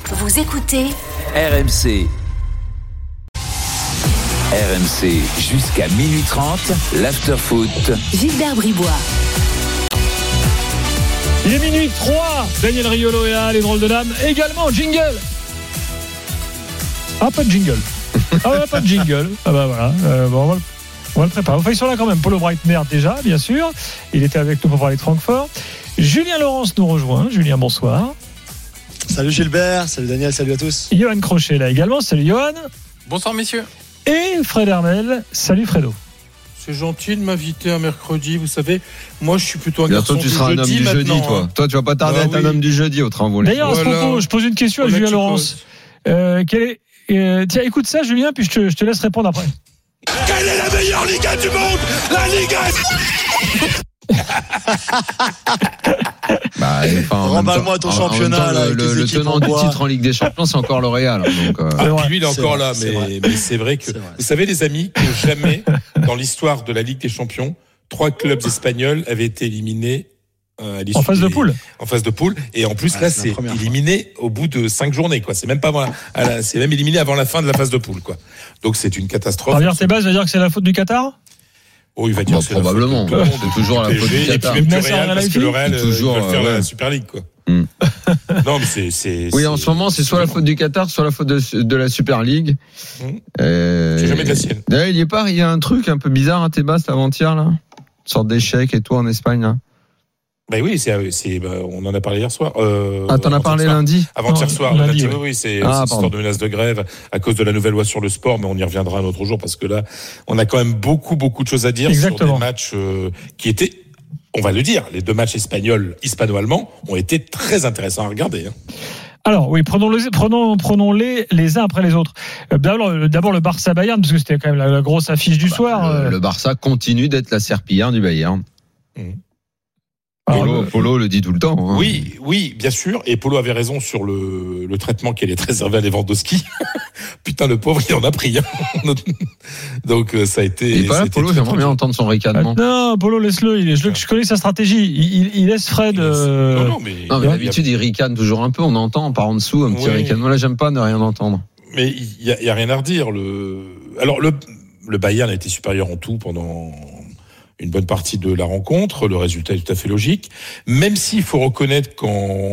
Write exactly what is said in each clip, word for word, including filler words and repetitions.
Vous écoutez R M C. R M C jusqu'à minuit trente, l'after-foot. Gilbert Bribois. Il est minuit trois. Daniel Riolo est là, les drôles de dames. Également, jingle. Ah, pas de jingle. Ah ouais, pas de jingle. Ah bah voilà. Euh, bon, on, va le, on va le préparer. Enfin, ils sont là quand même. Paulo Breitner déjà, bien sûr. Il était avec nous pour parler de Francfort. Julien Laurence nous rejoint. Julien, bonsoir. Salut Gilbert, salut Daniel, salut à tous. Johan Crochet là également. Salut Johan. Bonsoir messieurs. Et Fred Hermel. Salut Fredo. C'est gentil de m'inviter un mercredi, vous savez. Moi, je suis plutôt un garçon garçon du jeudi. Toi, tu seras un homme du jeudi, toi. Hein. Toi, tu vas pas tarder bah, à être oui. un homme du jeudi au train volé. D'ailleurs, voilà. à ce propos, je pose une question à Julien Laurence. Euh, quel est, euh, tiens, écoute ça, Julien, puis je te, je te laisse répondre après. Quelle est la meilleure Liga du monde? La Liga. Bah, enfin, remballe-moi ton championnat temps, là, le, le, le tenant du titre en Ligue des Champions, c'est encore le Real. Donc, euh... ah, puis lui, il est, c'est encore vrai, là, c'est mais, mais c'est vrai que c'est vrai. vous savez, les amis, que jamais dans l'histoire de la Ligue des Champions, trois clubs espagnols avaient été éliminés. Euh, en phase de poule. En phase de poule. Et en plus, ah, là, c'est, c'est éliminé fois. Au bout de cinq journées, quoi. C'est même pas avant la, à la, c'est même éliminé avant la fin de la phase de poule, quoi. Donc, c'est une catastrophe. Javier Tebas va dire que c'est la faute du Qatar? Oh, il va dire bah, c'est probablement. La faute c'est toujours la faute du Qatar. Et puis même du Real, parce que le Real euh, toujours, veut faire euh, la Super League, quoi. Mm. Non, mais c'est, c'est. Oui, c'est, en ce moment, c'est soit la faute du Qatar, soit la faute de, de la Super League. Mm. Euh, C'est jamais de la sienne. D'ailleurs, il y est pas, il y a un truc un peu bizarre à Tebas avant-hier, là. Une sorte d'échec et tout en Espagne, là. Bah oui, c'est, c'est, bah, on en a parlé hier soir. Euh, ah, t'en as parlé soir. Lundi? Avant-hier soir, lundi, lundi, oui, oui, c'est, ah, c'est histoire de menace de grève à cause de la nouvelle loi sur le sport, mais on y reviendra un autre jour parce que là, on a quand même beaucoup, beaucoup de choses à dire Exactement. sur des matchs euh, qui étaient, on va le dire, les deux matchs espagnols, hispano-allemands ont été très intéressants à regarder. Hein. Alors oui, prenons-les, prenons, prenons-les les uns après les autres. D'abord, d'abord le Barça Bayern, parce que c'était quand même la, la grosse affiche du bah, soir. Le, le Barça continue d'être la serpillière du Bayern. Mmh. Polo, Polo le dit tout le temps. Hein. Oui, oui, bien sûr. Et Polo avait raison sur le, le traitement qui allait être réservé à Lewandowski. Putain, le pauvre, il en a pris. Hein. Donc ça a été. Et pas là, Polo, j'aimerais bien entendre son ricanement. Ah, non, Polo, laisse-le. Il est, je, je connais sa stratégie. Il, il, il laisse Fred. Euh... Non, non, mais, non, mais d'habitude, il ricane toujours un peu. On entend par en dessous un petit oui. ricanement. Là, j'aime pas ne rien entendre. Mais il y a, y a rien à redire. Le, alors le, le Bayern a été supérieur en tout pendant une bonne partie de la rencontre. Le résultat est tout à fait logique. Même s'il faut reconnaître qu'en,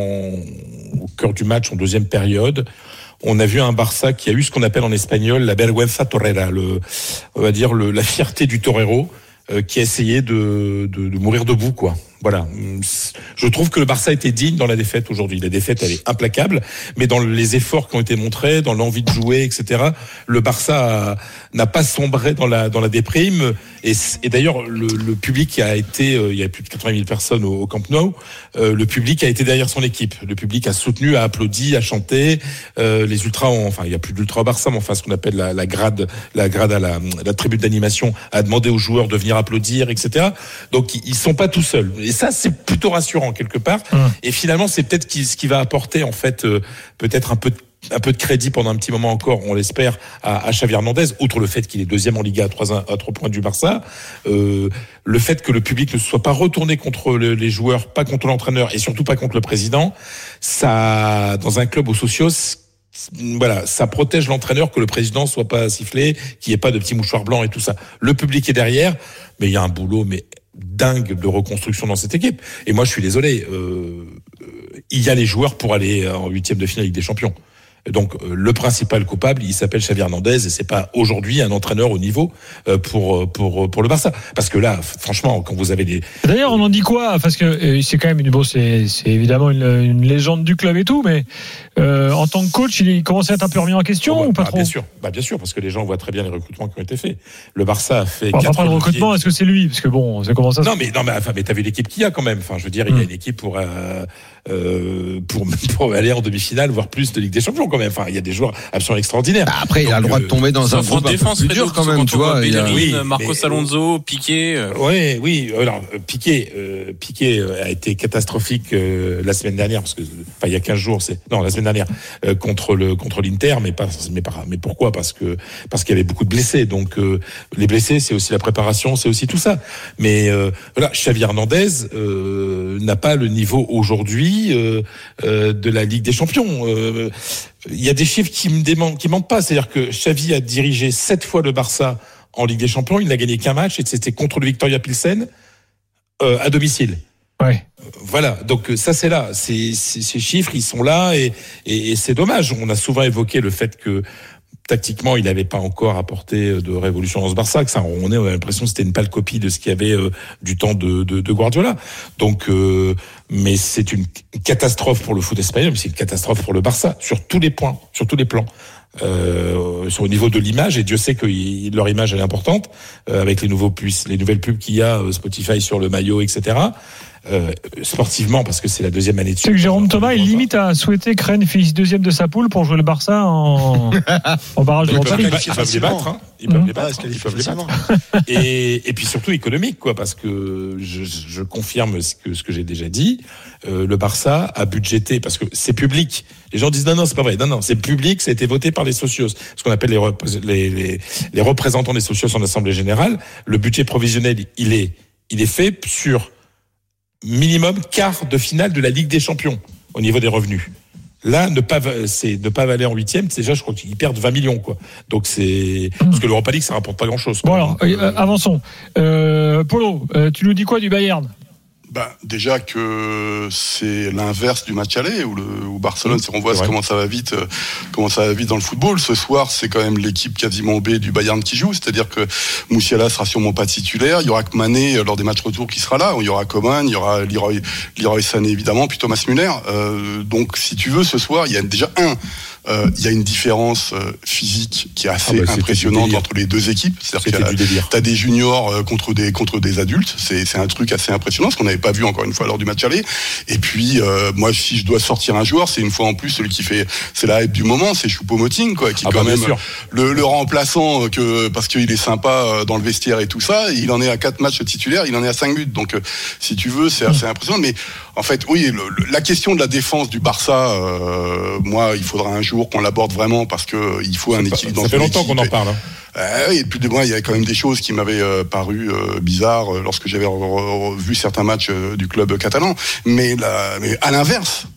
au cœur du match, en deuxième période, on a vu un Barça qui a eu ce qu'on appelle en espagnol la vergüenza torera, le, on va dire le, la fierté du torero, euh, qui a essayé de, de, de mourir debout, quoi. Voilà. Je trouve que le Barça était digne dans la défaite aujourd'hui. La défaite, elle est implacable, mais dans les efforts qui ont été montrés, dans l'envie de jouer, et cetera, le Barça a, n'a pas sombré dans la, dans la déprime. Et, et d'ailleurs, le, le public a été, euh, il y a plus de quatre-vingt mille personnes au, au Camp Nou, euh, le public a été derrière son équipe. Le public a soutenu, a applaudi, a chanté. Euh, les ultras ont, enfin, il y a plus d'ultras au Barça, mais enfin, ce qu'on appelle la, la grade, la grade à la, la tribune d'animation a demandé aux joueurs de venir applaudir, et cetera. Donc, ils sont pas tout seuls. Et ça, c'est plutôt rassurant quelque part. Mmh. Et finalement, c'est peut-être ce qui va apporter, en fait, euh, peut-être un peu de un peu de crédit pendant un petit moment encore, on l'espère, à, à Xavi Hernandez, outre le fait qu'il est deuxième en Liga à trois, à trois points du Barça, euh, le fait que le public ne se soit pas retourné contre le, les joueurs, pas contre l'entraîneur et surtout pas contre le président, ça, dans un club au socios, voilà, ça protège l'entraîneur que le président soit pas sifflé, qu'il n'y ait pas de petits mouchoirs blancs et tout ça. Le public est derrière, mais il y a un boulot, mais dingue de reconstruction dans cette équipe. Et moi, je suis désolé, euh, il y a les joueurs pour aller en huitième de finale Ligue des Champions. Donc euh, le principal coupable, il s'appelle Xavi Hernandez et c'est pas aujourd'hui un entraîneur au niveau euh, pour pour pour le Barça. Parce que là, franchement, quand vous avez des. D'ailleurs, on en dit quoi? Parce que euh, c'est quand même une bon, c'est c'est évidemment une, une légende du club et tout, mais euh, en tant que coach, il commence à être un peu remis en question oh bah, ou pas bah, trop? Bien sûr, bah bien sûr, parce que les gens voient très bien les recrutements qui ont été faits. Le Barça a fait. Bon, quatre pas le recrutement, est-ce que c'est lui? Parce que bon, ça commence à. Non mais non mais enfin, mais t'as vu l'équipe qu'il y a quand même. Enfin, je veux dire, il y a une équipe pour euh, euh, pour pour aller en demi-finale, voire plus de Ligue des Champions. quand même. Enfin, il y a des joueurs absolument extraordinaires. Après, il a le droit de tomber dans un groupe un peu plus dur quand même, tu vois. Bellerin, oui, Marcos mais, Alonso, Piqué. Euh... Oui, oui. Alors Piqué, euh, Piqué a été catastrophique euh, la semaine dernière, parce que, enfin, il y a quinze jours, c'est non la semaine dernière euh, contre le contre l'Inter, mais pas, mais pas, mais pourquoi? Parce que parce qu'il y avait beaucoup de blessés. Donc euh, les blessés, c'est aussi la préparation, c'est aussi tout ça. Mais euh, voilà, Xavi Hernandez euh, n'a pas le niveau aujourd'hui euh, euh, de la Ligue des Champions. Euh, il y a des chiffres qui me démentent, qui mentent pas. C'est-à-dire que Xavi a dirigé sept fois le Barça en Ligue des Champions. Il n'a gagné qu'un match, et c'était contre le Victoria Pilsen euh, à domicile. Ouais. Voilà, donc ça c'est là, c'est, c'est, ces chiffres ils sont là et, et, et c'est dommage. On a souvent évoqué le fait que tactiquement il n'avait pas encore apporté de révolution dans ce Barça, que ça, on a l'impression que c'était une pâle copie de ce qu'il y avait euh, du temps de, de, de Guardiola. Donc, euh, mais c'est une catastrophe pour le foot espagnol, mais c'est une catastrophe pour le Barça sur tous les points, sur tous les plans. Euh, sur au niveau de l'image, et Dieu sait que y, leur image elle est importante euh, avec les nouveaux pubs, les nouvelles pubs qu'il y a euh, Spotify sur le maillot, et cetera. Euh, sportivement, parce que c'est la deuxième année de suite. C'est que Jérôme Thomas, il limite à souhaiter que Rennes finisse deuxième de sa poule pour jouer le Barça en, en barrage de Europa League. Ils peuvent les battre, hein. Ils peuvent les battre, ils peuvent les battre. Et, et puis surtout économique, quoi, parce que je, je confirme ce que, ce que j'ai déjà dit. Euh, le Barça a budgété, parce que c'est public. Les gens disent non, non, c'est pas vrai. Non, non, c'est public, ça a été voté par les socios. Ce qu'on appelle les, repré- les, les, les représentants des socios en assemblée générale. Le budget provisionnel, il est, il est fait sur minimum quart de finale de la Ligue des Champions au niveau des revenus. Là, ne pas, c'est ne pas valer en huitième, c'est déjà, je crois qu'ils perdent vingt millions, quoi. Donc c'est, parce que l'Europa League, ça rapporte pas grand chose. Bon alors, euh, avançons. Euh, Polo, euh, tu nous dis quoi du Bayern? Bah, déjà que c'est l'inverse du match aller où, le, où Barcelone, si on voit comment ça va vite, euh, comment ça va vite dans le football. Ce soir, c'est quand même l'équipe quasiment B du Bayern qui joue, c'est-à-dire que Musiala sera sûrement pas titulaire. Il y aura que Mané lors des matchs retour qui sera là. Il y aura Coman, il y aura Leroy, Leroy Sané évidemment, puis Thomas Müller. Euh, donc, si tu veux, ce soir, il y a déjà un. Euh, il y a une différence euh, physique qui est assez ah bah, impressionnante entre les deux équipes. C'est-à-dire qu'il y a, t'as des juniors euh, contre des contre des adultes. C'est c'est un truc assez impressionnant, ce qu'on n'avait pas vu encore une fois lors du match aller. Et puis euh, moi, si je dois sortir un joueur, c'est une fois en plus celui qui fait, c'est la hype du moment, c'est Choupo-Moting, quoi, qui ah quand bah, même le, le remplaçant que parce qu'il est sympa dans le vestiaire et tout ça. Il en est à quatre matchs titulaires, il en est à cinq buts. Donc euh, si tu veux, c'est assez impressionnant. Mais en fait, oui, le, le, la question de la défense du Barça, euh, moi, il faudra un jour qu'on l'aborde vraiment parce que il faut un équilibre. Ça fait longtemps qu'on en parle. Hein. Euh, et depuis des mois, il y a quand même des choses qui m'avaient euh, paru euh, bizarres euh, lorsque j'avais revu certains matchs euh, du club catalan. Mais, la, mais à l'inverse,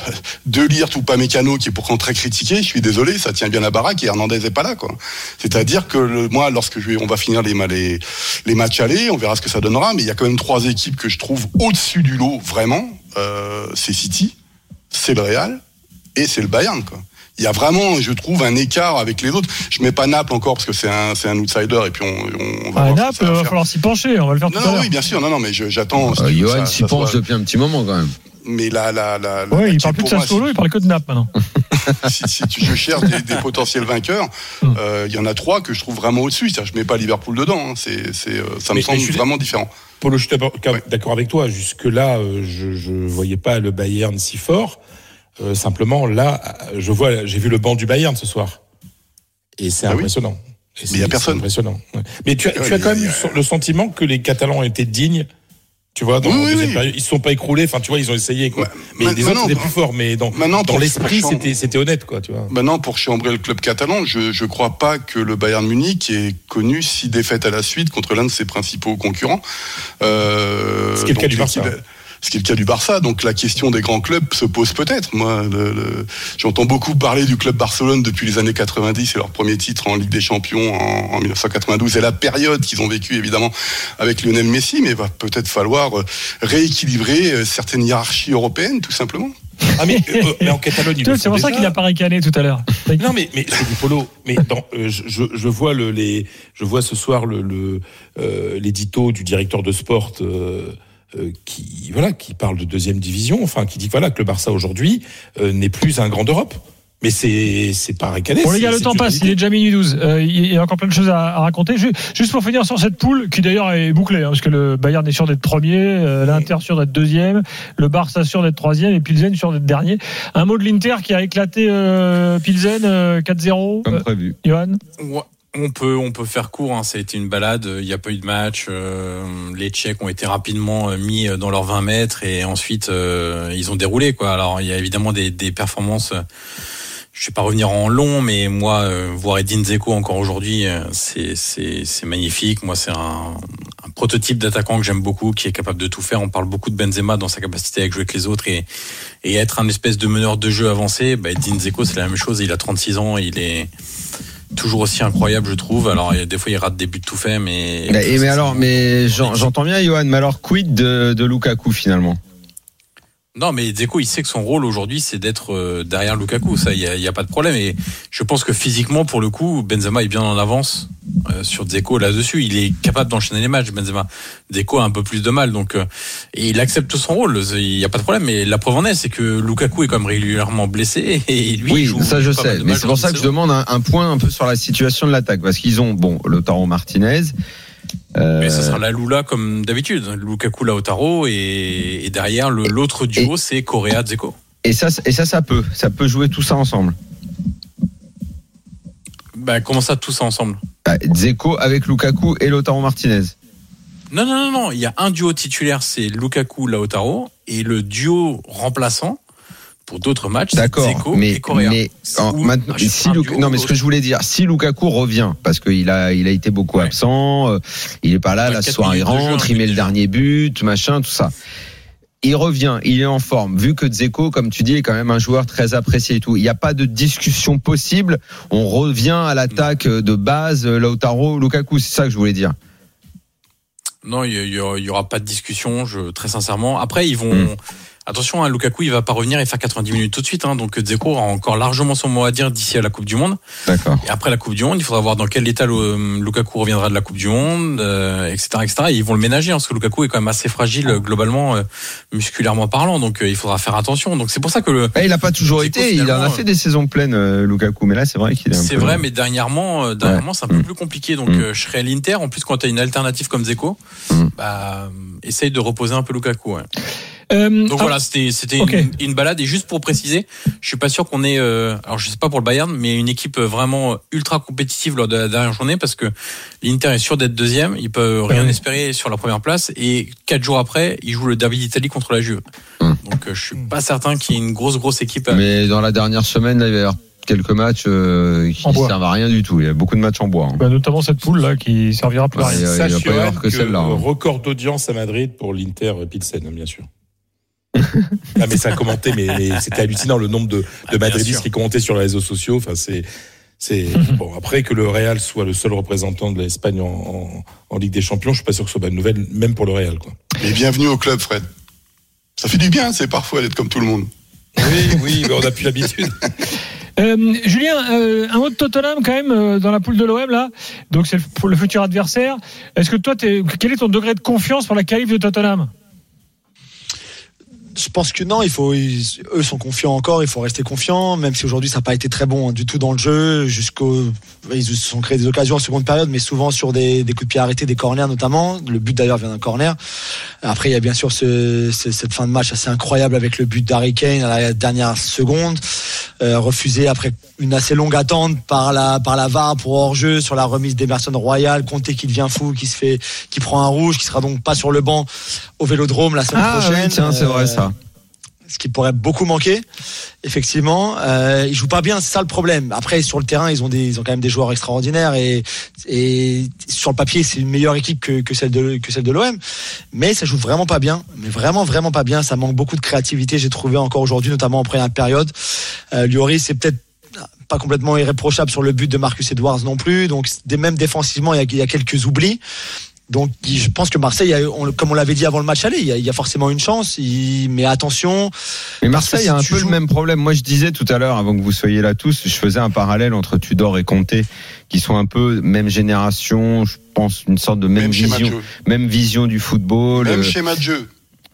de lire tout Upamecano qui est pourtant très critiqué, je suis désolé, ça tient bien la baraque et Hernandez est pas là, quoi. C'est-à-dire que le, moi, lorsque je vais, on va finir les, les, les matchs allés, on verra ce que ça donnera. Mais il y a quand même trois équipes que je trouve au-dessus du lot, vraiment. Euh, c'est City, c'est le Real et c'est le Bayern, quoi. Il y a vraiment, je trouve, un écart avec les autres. Je mets pas Naples encore parce que c'est un, c'est un outsider et puis on, on va ah, voir Naples, il va, va falloir s'y pencher, on va le faire non, tout à l'heure. Oui, bien sûr, non, non, mais je, j'attends. Euh, Johan s'y penche soit... depuis un petit moment quand même. Mais là, là, là. Oui, il parle plus de Sassuolo, si... il parle que de Naples maintenant. si, si tu, je cherche des, des potentiels vainqueurs, il mm. euh, y en a trois que je trouve vraiment au-dessus. C'est-à-dire, je mets pas Liverpool dedans. Hein. C'est, c'est, euh, ça mais, me semble suis... vraiment différent. Paulo, je suis d'accord avec toi. Jusque-là, euh, je, je voyais pas le Bayern si fort. Euh, simplement, là, je vois, j'ai vu le banc du Bayern ce soir, et c'est ah impressionnant. Oui. Et mais il y a personne. Impressionnant. Ouais. Mais tu as, ouais, tu as quand même a... le sentiment que les Catalans ont été dignes. Tu vois, dans oui, la deuxième oui. période, ils se sont pas écroulés. Enfin, tu vois, ils ont essayé, quoi. Ouais, mais ma- les autres étaient plus forts. Mais dans, dans l'esprit, chambre... c'était, c'était honnête, quoi. Tu vois. Maintenant, pour chambrer le club catalan, je, je crois pas que le Bayern Munich ait connu six défaites à la suite contre l'un de ses principaux concurrents. Euh, Ce qui est le cas du Barça. Ce qui est le cas du Barça, donc la question des grands clubs se pose peut-être. Moi, le, le, j'entends beaucoup parler du club Barcelone depuis les années quatre-vingt-dix et leur premier titre en Ligue des Champions en, en dix-neuf cent quatre-vingt-douze et la période qu'ils ont vécue évidemment avec Lionel Messi, mais il va peut-être falloir rééquilibrer certaines hiérarchies européennes, tout simplement. Ah mais, euh, mais en Catalogne, il c'est pour ça déjà. Qu'il a pas ricané tout à l'heure. Non mais mais c'est du Polo. Mais dans, euh, je, je vois le les, je vois ce soir le, le euh, l'édito du directeur de sport. Euh, Euh, qui voilà qui parle de deuxième division, enfin qui dit que voilà que le Barça aujourd'hui euh, n'est plus un grand d'Europe. Mais c'est, c'est pas récalé. Bon, les gars, le temps passe. Il est déjà minuit douze. Euh, il y a encore plein de choses à, à raconter. Juste pour finir sur cette poule, qui d'ailleurs est bouclée, hein, parce que le Bayern est sûr d'être premier, euh, l'Inter sûr d'être deuxième, le Barça sûr d'être troisième et Pilsen sûr d'être dernier. Un mot de l'Inter qui a éclaté euh, Pilsen euh, quatre zéro. Comme prévu. Euh, Johan. Ouais. On peut, on peut faire court, hein. Ça a été une balade. Il n'y a pas eu de match. Euh, les Tchèques ont été rapidement mis dans leurs vingt mètres et ensuite, euh, ils ont déroulé, quoi. Alors, il y a évidemment des, des performances. Je vais pas revenir en long, mais moi, euh, voir Edin Dzeko encore aujourd'hui, euh, c'est, c'est, c'est magnifique. Moi, c'est un, un prototype d'attaquant que j'aime beaucoup, qui est capable de tout faire. On parle beaucoup de Benzema dans sa capacité à jouer avec les autres et, et être un espèce de meneur de jeu avancé. Bah, Edin Dzeko, c'est la même chose. Il a trente-six ans, il est toujours aussi incroyable, je trouve. Alors, des fois, il rate des buts tout faits, mais. Mais, mais alors, mais j'entends bien, Johan. Mais alors, quid de, de Lukaku finalement? Non, mais Dzeko, il sait que son rôle aujourd'hui, c'est d'être derrière Lukaku. Ça, il y a, y a pas de problème. Et je pense que physiquement, pour le coup, Benzema est bien en avance euh, sur Dzeko là-dessus. Il est capable d'enchaîner les matchs. Benzema, Dzeko a un peu plus de mal, donc euh, et il accepte son rôle. Il y a pas de problème. Mais la preuve en est, c'est que Lukaku est quand même régulièrement blessé et lui. Oui, il joue ça je sais. Mais c'est pour ça que je demande un, un point un peu sur la situation de l'attaque, parce qu'ils ont bon Lautaro Martinez. Euh... Mais ça sera la Lula comme d'habitude, Lukaku, Lautaro et, et derrière le, l'autre duo et, c'est Correa, Dzeko. Et ça, et ça, ça peut, ça peut jouer tout ça ensemble. Bah comment ça tout ça ensemble? Bah, Dzeko avec Lukaku et Lautaro Martinez. Non non non non, il y a un duo titulaire, c'est Lukaku, Lautaro et le duo remplaçant. Pour d'autres matchs, d'accord, c'est Dzeko mais, et Correa. Mais en, maintenant, si Luka, non, mais ce que je voulais dire, si Lukaku revient, parce qu'il a, il a été beaucoup ouais. absent, euh, il est pas là, la soirée il rentre, jeu, il met le dernier but, machin, tout ça. Il revient, il est en forme. Vu que Dzeko, comme tu dis, est quand même un joueur très apprécié et tout, il n'y a pas de discussion possible. On revient à l'attaque de base, Lautaro, Lukaku, c'est ça que je voulais dire. Non, il y, y aura pas de discussion, je, très sincèrement. Après, ils vont. Mmh. Attention, hein, Lukaku, il va pas revenir et faire quatre-vingt-dix minutes tout de suite. Hein, donc Dzeko aura encore largement son mot à dire d'ici à la Coupe du Monde. D'accord. Et après la Coupe du Monde, il faudra voir dans quel état le, Lukaku reviendra de la Coupe du Monde, euh, et cetera, et cetera. Et ils vont le ménager, hein, parce que Lukaku est quand même assez fragile euh, globalement, euh, musculairement parlant. Donc euh, il faudra faire attention. Donc c'est pour ça que le. Et il a pas toujours Dzeko, été. Il en a fait des saisons pleines, euh, Lukaku. Mais là, c'est vrai qu'il est. Un c'est peu... vrai, mais dernièrement, euh, dernièrement, ouais. c'est un peu mmh. plus compliqué. Donc mmh. euh, je serais à l'Inter. En plus, quand tu as une alternative comme Dzeko, mmh. bah, essaye de reposer un peu Lukaku. Ouais. Euh, Donc ah, voilà, c'était c'était okay. une, une balade. Et juste pour préciser, je suis pas sûr qu'on ait, euh, alors je sais pas pour le Bayern, mais une équipe vraiment ultra compétitive lors de la dernière journée, parce que l'Inter est sûr d'être deuxième, il peut rien ouais. espérer sur la première place, et quatre jours après, il joue le derby d'Italie contre la Juve. Hum. Donc euh, je suis pas certain qu'il y ait une grosse grosse équipe. À... Mais dans la dernière semaine, là, il va y avoir quelques matchs euh, qui ne servent à rien du tout. Il y a beaucoup de matchs en bois. Hein. Bah, notamment cette poule là qui servira plus à rien. Ça, il va pas y avoir que, que celle-là. Hein. Record d'audience à Madrid pour l'Inter Pilsen, bien sûr. Ah mais ça a commenté, mais, mais c'était hallucinant le nombre de, de ah, madridistes qui commentaient sur les réseaux sociaux. Enfin c'est c'est bon, après que le Real soit le seul représentant de l'Espagne en, en, en Ligue des Champions, je suis pas sûr que ce soit bonne nouvelle, même pour le Real quoi. Mais bienvenue au club, Fred. Ça fait du bien, c'est parfois d'être comme tout le monde. Oui oui, mais on n'a plus l'habitude. Euh, Julien, euh, un mot de Tottenham quand même euh, dans la poule de l'O M là. Donc c'est pour le futur adversaire. Est-ce que toi, t'es, quel est ton degré de confiance pour la qualif de Tottenham? Je pense que non, il faut, ils, eux sont confiants encore, il faut rester confiant, même si aujourd'hui ça n'a pas été très bon hein, du tout dans le jeu, jusqu'au, ils se sont créés des occasions en seconde période, mais souvent sur des, des coups de pied arrêtés, des corners notamment. Le but d'ailleurs vient d'un corner. Après il y a bien sûr ce, ce, cette fin de match assez incroyable avec le but d'Harry Kane à la dernière seconde, euh, refusé après une assez longue attente par la par la V A R pour hors-jeu sur la remise d'Emerson Royal. Conte qui devient fou, qui se fait, qui prend un rouge, qui sera donc pas sur le banc au Vélodrome la semaine ah, prochaine. Oui, tiens, c'est vrai ça. Ce qui pourrait beaucoup manquer, effectivement. Euh, ils jouent pas bien, c'est ça le problème. Après, sur le terrain, ils ont des, ils ont quand même des joueurs extraordinaires et, et sur le papier, c'est une meilleure équipe que, que celle de, que celle de l'O M. Mais ça joue vraiment pas bien. Mais vraiment, vraiment pas bien. Ça manque beaucoup de créativité. J'ai trouvé encore aujourd'hui, notamment en première période. Euh, Lloris, c'est peut-être pas complètement irréprochable sur le but de Marcus Edwards non plus. Donc, même défensivement, il y a, il y a quelques oublis. Donc, je pense que Marseille, on, comme on l'avait dit avant le match aller, il y a, il y a forcément une chance. Il, mais attention. Mais Marseille a un peu joues... le même problème. Moi, je disais tout à l'heure, avant que vous soyez là tous, je faisais un parallèle entre Tudor et Conte, qui sont un peu même génération. Je pense une sorte de même, même vision, même vision du football. Même euh... schéma de jeu.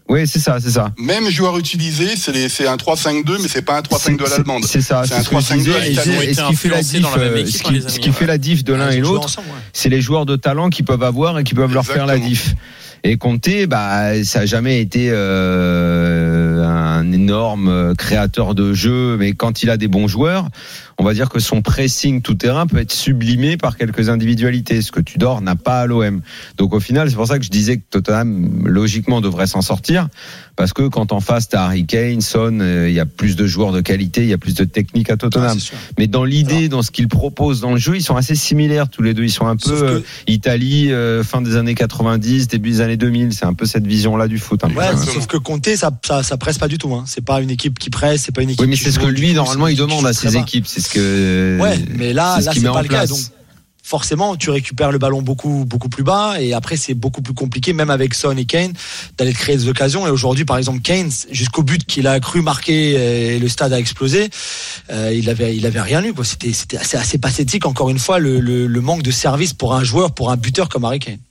Oui, c'est ça, c'est ça. Même joueur utilisé, c'est, les, c'est un trois cinq deux, mais c'est pas un trois cinq deux à l'allemande. C'est ça, c'est, c'est un ce que je trois cinq deux. disais. Et, et ce qui fait la diff, ce qui, ce qui fait la diff de l'un et l'autre, ensemble, ouais. c'est les joueurs de talent qui peuvent avoir et qui peuvent Exactement. leur faire la diff. Et Conte, bah, ça a jamais été euh, un énorme créateur de jeu, mais quand il a des bons joueurs, on va dire que son pressing tout terrain peut être sublimé par quelques individualités, ce que Tudor n'a pas à l'O M. Donc au final, c'est pour ça que je disais que Tottenham, logiquement, devrait s'en sortir, parce que quand en face t'as Harry Kane, Son, il euh, y a plus de joueurs de qualité, il y a plus de technique à Tottenham. Ah, mais dans l'idée, Alors. dans ce qu'ils proposent dans le jeu, ils sont assez similaires tous les deux. Ils sont un peu que... euh, Italie, euh, fin des années quatre-vingt-dix, début des années deux mille. C'est un peu cette vision-là du foot. Un ouais, peu. Sauf que Conte, ça, ça, ça presse pas du tout. Hein. C'est pas une équipe qui presse, c'est pas une équipe. Oui, mais qui c'est ce que lui, normalement, il demande à ses équipes. C'est ce que. Ouais, mais là, c'est là, c'est pas le cas. Donc, forcément, tu récupères le ballon beaucoup, beaucoup plus bas, et après, c'est beaucoup plus compliqué, même avec Son et Kane, d'aller créer des occasions. Et aujourd'hui, par exemple, Kane, jusqu'au but qu'il a cru marquer et le stade a explosé, euh, il avait, il avait rien eu, quoi. C'était, c'était assez, assez pathétique, encore une fois, le, le, le manque de service pour un joueur, pour un buteur comme Harry Kane.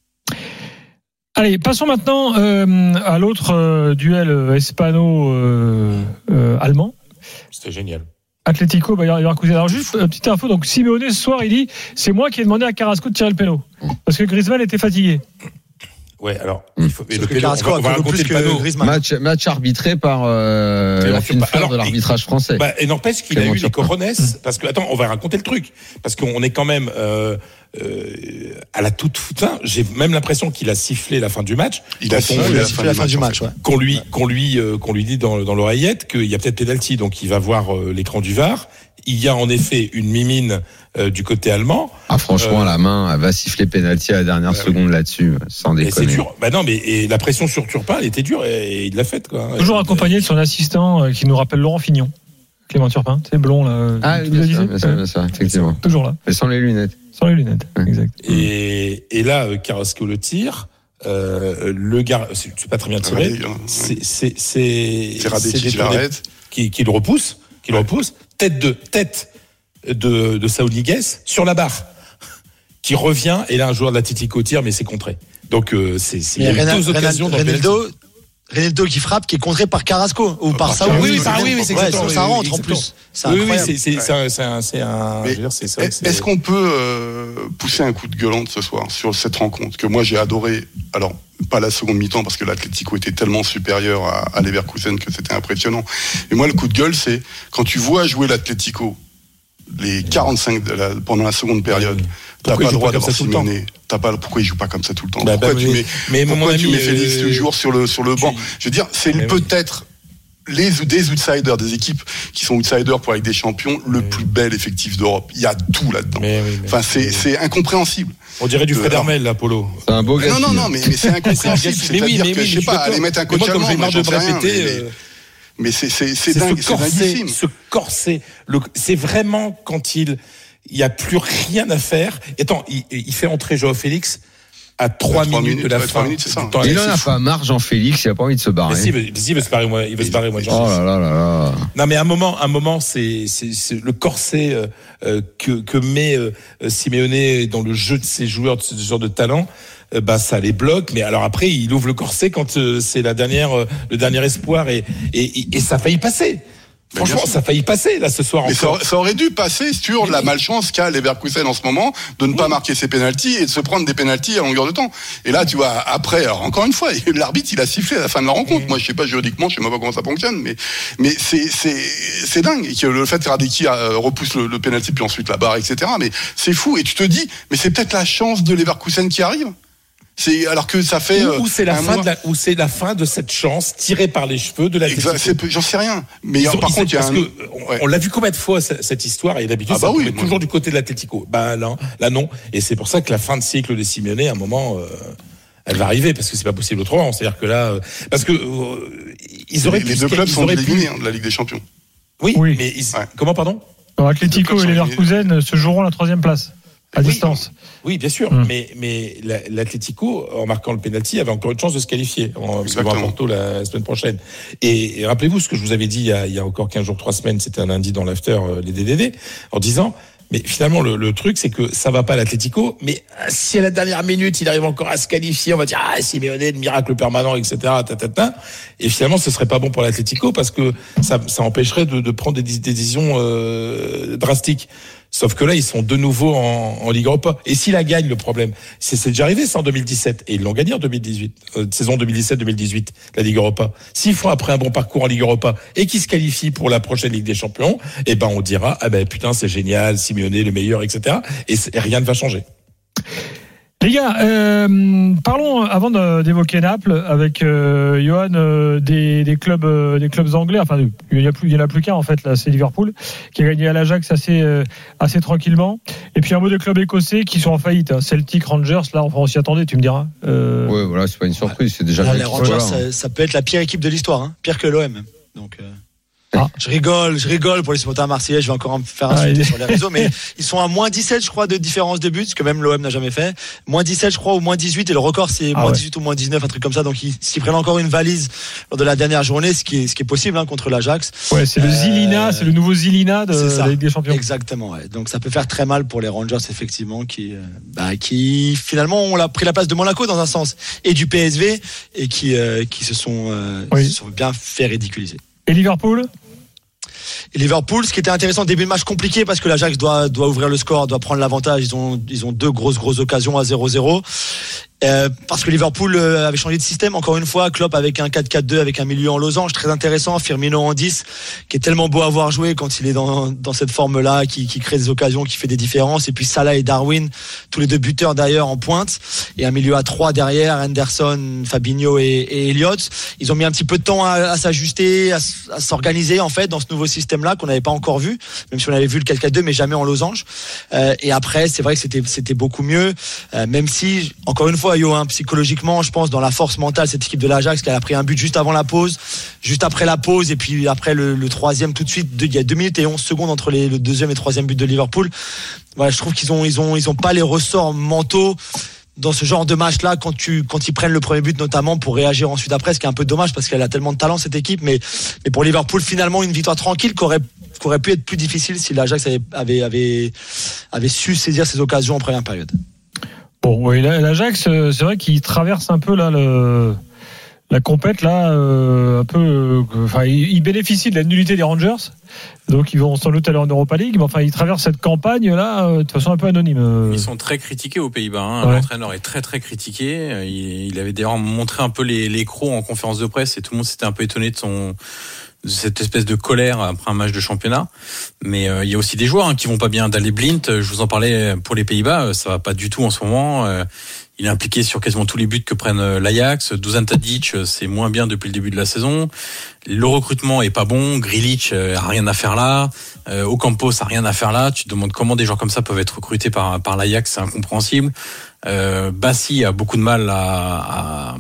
Allez, passons maintenant euh, à l'autre euh, duel hispano-allemand. Euh, euh, C'était génial. Atlético, Bayer Leverkusen. Alors juste euh, petite info, donc Simeone ce soir il dit c'est moi qui ai demandé à Carrasco de tirer le péno parce que Griezmann était fatigué. Ouais, alors il faut mais le péno, on va, on va raconter le panneau. Match, match arbitré par euh, la fine fleur de l'arbitrage français. Bah, et n'empêche qu'il a eu les cojones parce que attends, on va raconter le truc parce qu'on est quand même euh, euh, à la toute fin. J'ai même l'impression qu'il a sifflé la fin du match. Il a sifflé la fin, la fin du match. Ouais. Qu'on lui, qu'on lui, euh, qu'on lui dit dans, dans l'oreillette qu'il y a peut-être pénalty, donc il va voir euh, l'écran du V A R. Il y a en effet une mimine euh, du côté allemand. Ah franchement, euh, la main, elle va siffler pénalty à la dernière euh, seconde là-dessus, sans déconner. C'est dur. Bah non, mais et la pression sur Turpin, elle était dure et, et il l'a faite quoi. Toujours et, accompagné de son assistant euh, qui nous rappelle Laurent Fignon, Clément Turpin, c'est blond là. Ah oui, bien sûr, bien sûr, bien sûr, effectivement. Toujours là. Mais sans les lunettes. Sans les lunettes, ouais. Exact. Et, et là, Carrasco le tire. Euh, le gars, c'est pas très bien tiré. Ouais, c'est c'est c'est c'est Radé qui l'arrête, qui qui le repousse, qui ouais. le repousse. Tête de tête de de Saúl Ñíguez sur la barre, qui revient et là un joueur de l'Atlético tire, mais c'est contré. Donc euh, c'est c'est il y a Renal, deux occasions dans Ronaldo, Ronaldo qui frappe, qui est contré par Carrasco ou par Saúl. Oui, oui, oui, oui, c'est exactement. Ça rentre en plus. C'est oui, oui, c'est c'est c'est un c'est un, c'est un je veux dire, c'est ça. Est-ce c'est... qu'on peut euh, pousser un coup de gueulante ce soir sur cette rencontre que moi j'ai adoré. Alors pas la seconde mi-temps parce que l'Atlético était tellement supérieur à, à Leverkusen que c'était impressionnant. Et moi le coup de gueule c'est quand tu vois jouer l'Atlético les quarante-cinq de la, pendant la seconde période. Oui. T'as pas le droit d'avoir Simeone. T'as pas pourquoi il joue pas comme ça tout le temps. Bah, pourquoi bah, tu mais, mets, mais pourquoi tu ami, mets Félix euh, toujours sur le sur le banc. tu... Je veux dire, c'est mais peut-être oui. les des outsiders, des équipes qui sont outsiders pour avec des champions, le mais plus bel effectif d'Europe. Il y a tout là-dedans. Mais oui, mais enfin, c'est mais... c'est incompréhensible. On dirait du Fred Hermel là, Polo. C'est un beau gars. Non non non, mais, mais c'est incompréhensible. C'est-à-dire que je sais pas, aller mettre un coach allemand, j'en sais rien. Mais c'est c'est c'est dingue, c'est dinguissime. Ce corset, c'est vraiment quand il il n'y a plus rien à faire. Et attends, il, il fait entrer Joao Félix à trois minutes, minutes de la fin. Minutes, c'est ça. Temps, il en a pas marre, Jean-Félix, il n'a pas envie de se barrer. Mais si, il veut, il veut se barrer, moi. Il veut se barrer, moi. Oh là là là là. Non, mais à un moment, un moment, c'est, c'est, c'est le corset euh, que, que met euh, Simeone dans le jeu de ses joueurs, de ce genre de talent. Euh, bah, ça les bloque. Mais alors après, il ouvre le corset quand euh, c'est la dernière, euh, le dernier espoir et, et, et ça a failli passer. Franchement, ça a failli passer là ce soir. Mais encore. Ça, ça aurait dû passer sur la malchance qu'a Leverkusen en ce moment de ne oui. pas marquer ses pénaltys et de se prendre des pénaltys à longueur de temps. Et là, tu vois, après, alors, encore une fois, l'arbitre il a sifflé à la fin de la rencontre. Oui. Moi, je sais pas juridiquement, je sais même pas comment ça fonctionne, mais mais c'est c'est c'est dingue et que le fait que Radecki repousse le, le pénalty puis ensuite la barre, et cetera. Mais c'est fou et tu te dis, mais c'est peut-être la chance de Leverkusen qui arrive. C'est alors que ça fait ou, ou c'est la fin mois... de la, ou c'est la fin de cette chance tirée par les cheveux de la j'en sais rien mais ont, par contre il y a un... que, on, ouais. on l'a vu combien de fois cette histoire et d'habitude ah bah ça oui, toujours du côté de l'Atlético. Bah là, là non et c'est pour ça que la fin de cycle de Simeone à un moment euh, elle va arriver parce que c'est pas possible autrement. C'est-à-dire que là euh, parce que euh, ils auraient les, les deux clubs sont éliminés pu... de la Ligue des Champions. Oui, oui. mais ils... ouais. comment pardon Alors, Atlético et Leverkusen se joueront la troisième place. À oui, distance. Oui, bien sûr. Mmh. Mais, mais l'Atlético, en marquant le penalty, avait encore une chance de se qualifier. On va voir Porto la semaine prochaine. Et, et rappelez-vous ce que je vous avais dit il y a, il y a encore quinze jours, trois semaines, c'était un lundi dans l'after, euh, les D D D, en disant, Mais finalement, le, le truc, c'est que ça va pas à l'Atlético. Mais si à la dernière minute, il arrive encore à se qualifier, on va dire ah Simeone, le miracle permanent, et cetera. Ta, ta, ta. Et finalement, ce serait pas bon pour l'Atlético parce que ça, ça empêcherait de, de prendre des, des décisions euh, drastiques. Sauf que là, ils sont de nouveau en, en Ligue Europa. Et s'ils la gagnent, le problème, c'est, c'est déjà arrivé ça en deux mille dix-sept. Et ils l'ont gagné en deux mille dix-huit, euh, saison deux mille dix-sept deux mille dix-huit, la Ligue Europa. S'ils font après un bon parcours en Ligue Europa et qu'ils se qualifient pour la prochaine Ligue des Champions, eh ben on dira ah ben putain c'est génial, Simeone le meilleur, et cetera. Et, et rien ne va changer. Les gars, euh, parlons avant de, d'évoquer Naples avec euh, Johan euh, des, des clubs, euh, des clubs anglais. Enfin, il y a plus, il y en a plus qu'un en fait. Là, c'est Liverpool qui a gagné à l'Ajax assez, euh, assez tranquillement. Et puis un mot des clubs écossais qui sont en faillite. Hein. Celtic, Rangers. Là, enfin, on s'y attendait. Tu me diras. Euh... Ouais, voilà, c'est pas une surprise. C'est déjà. Là, les Rangers, ça, ça peut être la pire équipe de l'histoire, hein. Pire que l'O M. Donc. Euh... Ah. Je rigole, je rigole pour les supporters marseillais, je vais encore me faire insulter ah, sur les réseaux, mais ils sont à moins dix-sept, je crois, de différence de buts, ce que même l'O M n'a jamais fait. moins dix-sept, je crois, ou moins dix-huit, et le record, c'est ah, moins ouais. dix-huit ou moins dix-neuf, un truc comme ça. Donc, ils, s'ils prennent encore une valise lors de la dernière journée, ce qui est, ce qui est possible, hein, contre l'Ajax. Ouais, c'est euh, le Zilina, c'est le nouveau Zilina de, de la Ligue des Champions. Exactement, ouais. Donc, ça peut faire très mal pour les Rangers, effectivement, qui, euh, bah, qui, finalement, ont pris la place de Monaco, dans un sens, et du P S V, et qui, euh, qui se sont, euh, oui. se sont bien fait ridiculiser. Et Liverpool? Et Liverpool, ce qui était intéressant, début de match compliqué parce que l'Ajax doit, doit ouvrir le score, doit prendre l'avantage. Ils ont, ils ont deux grosses, grosses occasions à zéro zéro. Euh, parce que Liverpool euh, avait changé de système encore une fois, Klopp avec un quatre quatre deux avec un milieu en losange très intéressant, Firmino en dix qui est tellement beau à voir jouer quand il est dans, dans cette forme-là, qui, qui crée des occasions, qui fait des différences, et puis Salah et Darwin, tous les deux buteurs d'ailleurs en pointe, et un milieu à trois derrière, Henderson, Fabinho et, et Elliott. Ils ont mis un petit peu de temps à, à s'ajuster, à, à s'organiser en fait dans ce nouveau système-là qu'on n'avait pas encore vu, même si on avait vu le quatre quatre deux mais jamais en losange. Euh, et après c'est vrai que c'était, c'était beaucoup mieux, euh, même si encore une fois Yo, hein, psychologiquement, je pense, dans la force mentale, cette équipe de l'Ajax qui a pris un but juste avant la pause, juste après la pause, et puis après le, le troisième tout de suite. Il y a deux minutes et onze secondes entre les, le deuxième et troisième but de Liverpool. Voilà, je trouve qu'ils ont, ils ont, ils ont pas les ressorts mentaux dans ce genre de match-là quand tu, quand ils prennent le premier but notamment pour réagir ensuite après, ce qui est un peu dommage parce qu'elle a tellement de talent cette équipe. Mais, mais pour Liverpool, finalement, une victoire tranquille qui aurait, qui aurait pu être plus difficile si l'Ajax avait, avait, avait, avait su saisir ses occasions en première période. Bon, oui, l'Ajax, c'est vrai qu'il traverse un peu là le, la compète là, euh, un peu. Euh, enfin, il, il bénéficie de la nullité des Rangers, donc ils vont sans doute aller en Europa League. Mais enfin, ils traversent cette campagne là euh, de façon un peu anonyme. Ils sont très critiqués aux Pays-Bas. Hein. Ouais. L'entraîneur est très très critiqué. Il, il avait d'ailleurs montré un peu les, les crocs en conférence de presse et tout le monde s'était un peu étonné de son. Cette espèce de colère après un match de championnat, mais euh, il y a aussi des joueurs hein, qui vont pas bien. Daley Blind, je vous en parlais pour les Pays-Bas, ça va pas du tout en ce moment. Euh, il est impliqué sur quasiment tous les buts que prennent l'Ajax. Dusan Tadic, c'est moins bien depuis le début de la saison. Le recrutement est pas bon. Grealish a rien à faire là. Euh, Ocampos a rien à faire là. Tu te demandes comment des joueurs comme ça peuvent être recrutés par par l'Ajax, c'est incompréhensible. Euh, Bassi a beaucoup de mal à, à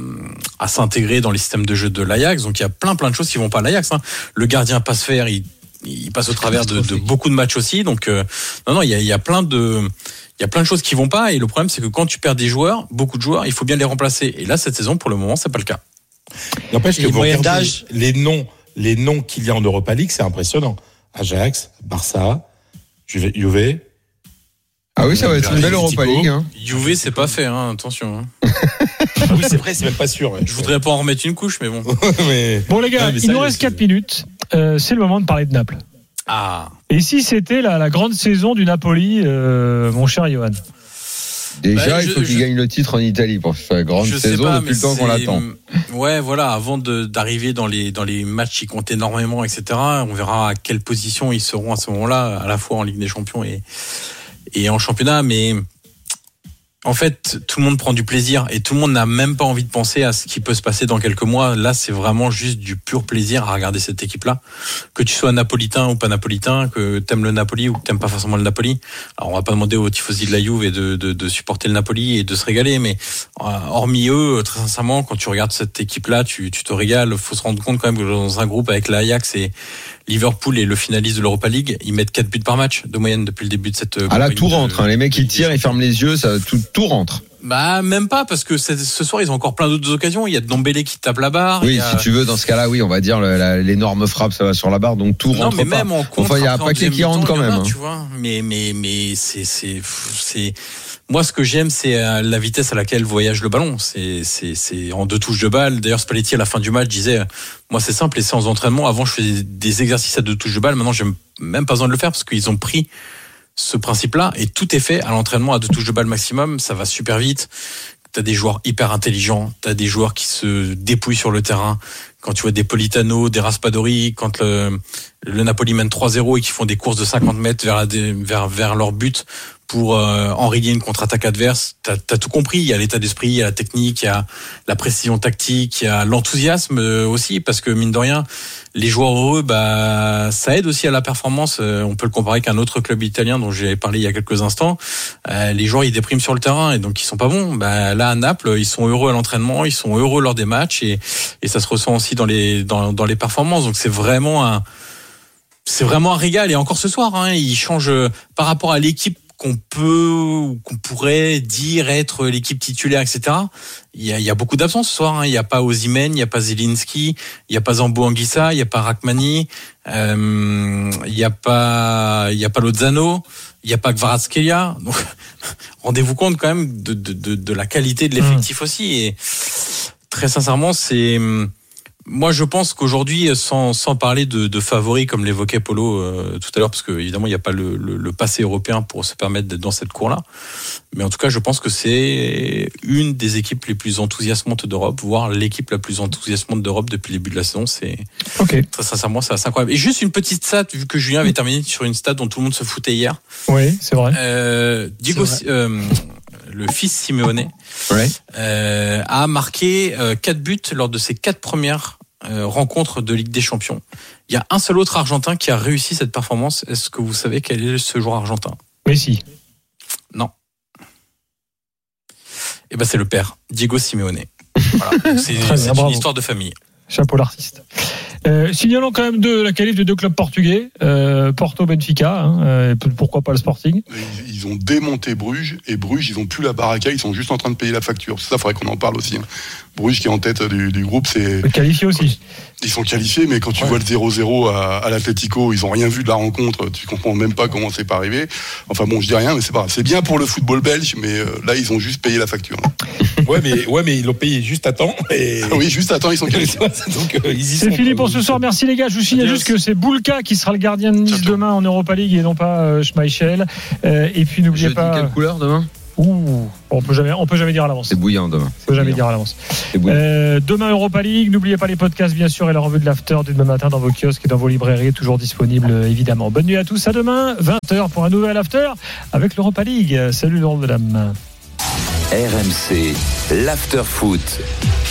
à s'intégrer dans les systèmes de jeu de l'Ajax. Donc il y a plein plein de choses qui vont pas à l'Ajax. Hein. Le gardien passe faire, il, il passe au travers de, de beaucoup de matchs aussi. Donc euh, non non, il y a, il y a plein de il y a plein de choses qui vont pas. Et le problème c'est que quand tu perds des joueurs, beaucoup de joueurs, il faut bien les remplacer. Et là cette saison pour le moment c'est pas le cas. N'empêche que vous regardez les noms les noms qu'il y a en Europa League, c'est impressionnant. Ajax, Barça, Juve. Ah oui, ça va être une belle Europa League. Hein. Juve, c'est pas fait, hein, attention. Hein. Ah oui, c'est vrai, c'est même pas sûr. Ouais. Je voudrais pas en remettre une couche, mais bon. mais... Bon les gars, ouais, il nous reste quatre minutes. Euh, c'est le moment de parler de Naples. Ah. Et si c'était la, la grande saison du Napoli, euh, mon cher Johan? Déjà, bah, je, il faut je, qu'il je... gagne le titre en Italie pour faire grande je saison pas, depuis le temps qu'on l'attend. Ouais, voilà, avant de, d'arriver dans les, dans les matchs qui comptent énormément, et cetera, on verra à quelle position ils seront à ce moment-là, à la fois en Ligue des Champions et, et en championnat, mais en fait, tout le monde prend du plaisir et tout le monde n'a même pas envie de penser à ce qui peut se passer dans quelques mois. Là, c'est vraiment juste du pur plaisir à regarder cette équipe-là. Que tu sois napolitain ou pas napolitain, que t'aimes le Napoli ou que t'aimes pas forcément le Napoli. Alors, on va pas demander aux tifosi de la Juve de, de, de supporter le Napoli et de se régaler, mais hormis eux, très sincèrement, quand tu regardes cette équipe-là, tu, tu te régales. Faut se rendre compte quand même que dans un groupe avec l'Ajax et Liverpool et le finaliste de l'Europa League, ils mettent quatre buts par match de moyenne depuis le début de cette. Ah là, tout rentre. Hein. Les mecs, ils tirent, ils ferment les yeux, ça, tout, tout rentre. Bah même pas, parce que ce soir ils ont encore plein d'autres occasions. Il y a Ndombele qui tape la barre. Oui, a... si tu veux, dans ce cas-là, oui, on va dire le, la, l'énorme frappe, ça va sur la barre, donc tout non, rentre mais pas. Même en contre, enfin, il y a un paquet qui rentre quand même. A, hein. Tu vois, mais mais mais c'est c'est c'est. Moi, ce que j'aime, c'est la vitesse à laquelle voyage le ballon. C'est c'est c'est en deux touches de balle. D'ailleurs, Spalletti à la fin du match disait, moi c'est simple, les séances d'entraînement. Avant, je faisais des exercices à deux touches de balle. Maintenant, j'ai même pas besoin de le faire parce qu'ils ont pris ce principe-là et tout est fait à l'entraînement à deux touches de balle maximum. Ça va super vite. T'as des joueurs hyper intelligents, t'as des joueurs qui se dépouillent sur le terrain. Quand tu vois des Politano, des Raspadori, quand le, le Napoli mène trois zéro et qu'ils font des courses de cinquante mètres vers, la, vers, vers leur but pour euh, enrayer une contre-attaque adverse, t'as, t'as tout compris. Il y a l'état d'esprit, il y a la technique, il y a la précision tactique, il y a l'enthousiasme aussi, parce que mine de rien, les joueurs heureux, bah, ça aide aussi à la performance. On peut le comparer qu'un autre club italien dont j'ai parlé il y a quelques instants. Euh, les joueurs, ils dépriment sur le terrain et donc ils sont pas bons. Bah, là, à Naples, ils sont heureux à l'entraînement, ils sont heureux lors des matchs et, et ça se ressent aussi dans les, dans, dans les performances. Donc c'est vraiment un, c'est vraiment un régal. Et encore ce soir, hein, ils changent par rapport à l'équipe qu'on peut ou qu'on pourrait dire être l'équipe titulaire, et cetera. Il y a, il y a beaucoup d'absents ce soir. Hein. Il n'y a pas Osimhen, il n'y a pas Zielinski, il n'y a pas Zambo Anguissa, il n'y a pas Rachmani, euh, il n'y a pas, il n'y a pas Lozano, il n'y a pas Kvaratskhelia. Donc, rendez-vous compte quand même de, de, de, de la qualité de l'effectif mmh. aussi. Et très sincèrement, c'est moi, je pense qu'aujourd'hui, sans, sans parler de, de favoris, comme l'évoquait Polo euh, tout à l'heure, parce que évidemment, il n'y a pas le, le, le passé européen pour se permettre d'être dans cette cour-là. Mais en tout cas, je pense que c'est une des équipes les plus enthousiasmantes d'Europe, voire l'équipe la plus enthousiasmante d'Europe depuis le début de la saison. C'est okay. Très sincèrement, c'est assez incroyable. Et juste une petite stat, vu que Julien avait terminé sur une stat dont tout le monde se foutait hier. Oui, c'est vrai. Euh, Diego, c'est vrai. Euh, le fils Simeone, ouais. euh, a marqué euh, quatre buts lors de ses quatre premières euh, rencontres de Ligue des Champions. Il y a un seul autre Argentin qui a réussi cette performance. Est-ce que vous savez quel est ce joueur argentin ? Messi. Non. Eh ben c'est le père, Diego Simeone. Voilà. C'est, c'est une histoire de famille. Chapeau l'artiste. Euh, signalons quand même de la qualif de deux clubs portugais, euh, Porto, Benfica, hein, euh, pourquoi pas le Sporting. Ils, ils ont démonté Bruges et Bruges, ils ont plus la baraka, ils sont juste en train de payer la facture. C'est ça, il faudrait qu'on en parle aussi. Hein. Bruges qui est en tête du, du groupe, c'est qualifié aussi. Ils sont qualifiés, mais quand tu ouais. vois le zéro zéro à, à l'Atlético, ils ont rien vu de la rencontre. Tu comprends même pas comment c'est pas arrivé. Enfin bon, je dis rien, mais c'est pas grave. C'est bien pour le football belge, mais euh, là ils ont juste payé la facture. ouais, mais ouais, mais ils l'ont payé juste à temps. Et... oui, juste à temps, ils sont qualifiés. Donc, euh, ils y c'est sont fini pour ce soir. Merci les gars. Je vous signale juste que c'est Boulka qui sera le gardien de Nice demain en Europa League et non pas euh, Schmeichel. Euh, et puis n'oubliez Jeudi, pas. Quelle couleur demain? Ouh, on peut jamais, on peut jamais dire à l'avance. C'est bouillant demain. On peut jamais dire à l'avance. Euh, demain Europa League. N'oubliez pas les podcasts bien sûr et la revue de l'after du demain matin dans vos kiosques et dans vos librairies, toujours disponible évidemment. Bonne nuit à tous. À demain vingt heures pour un nouvel after avec l'Europa League. Salut Laurent, mesdames. R M C, l'after foot.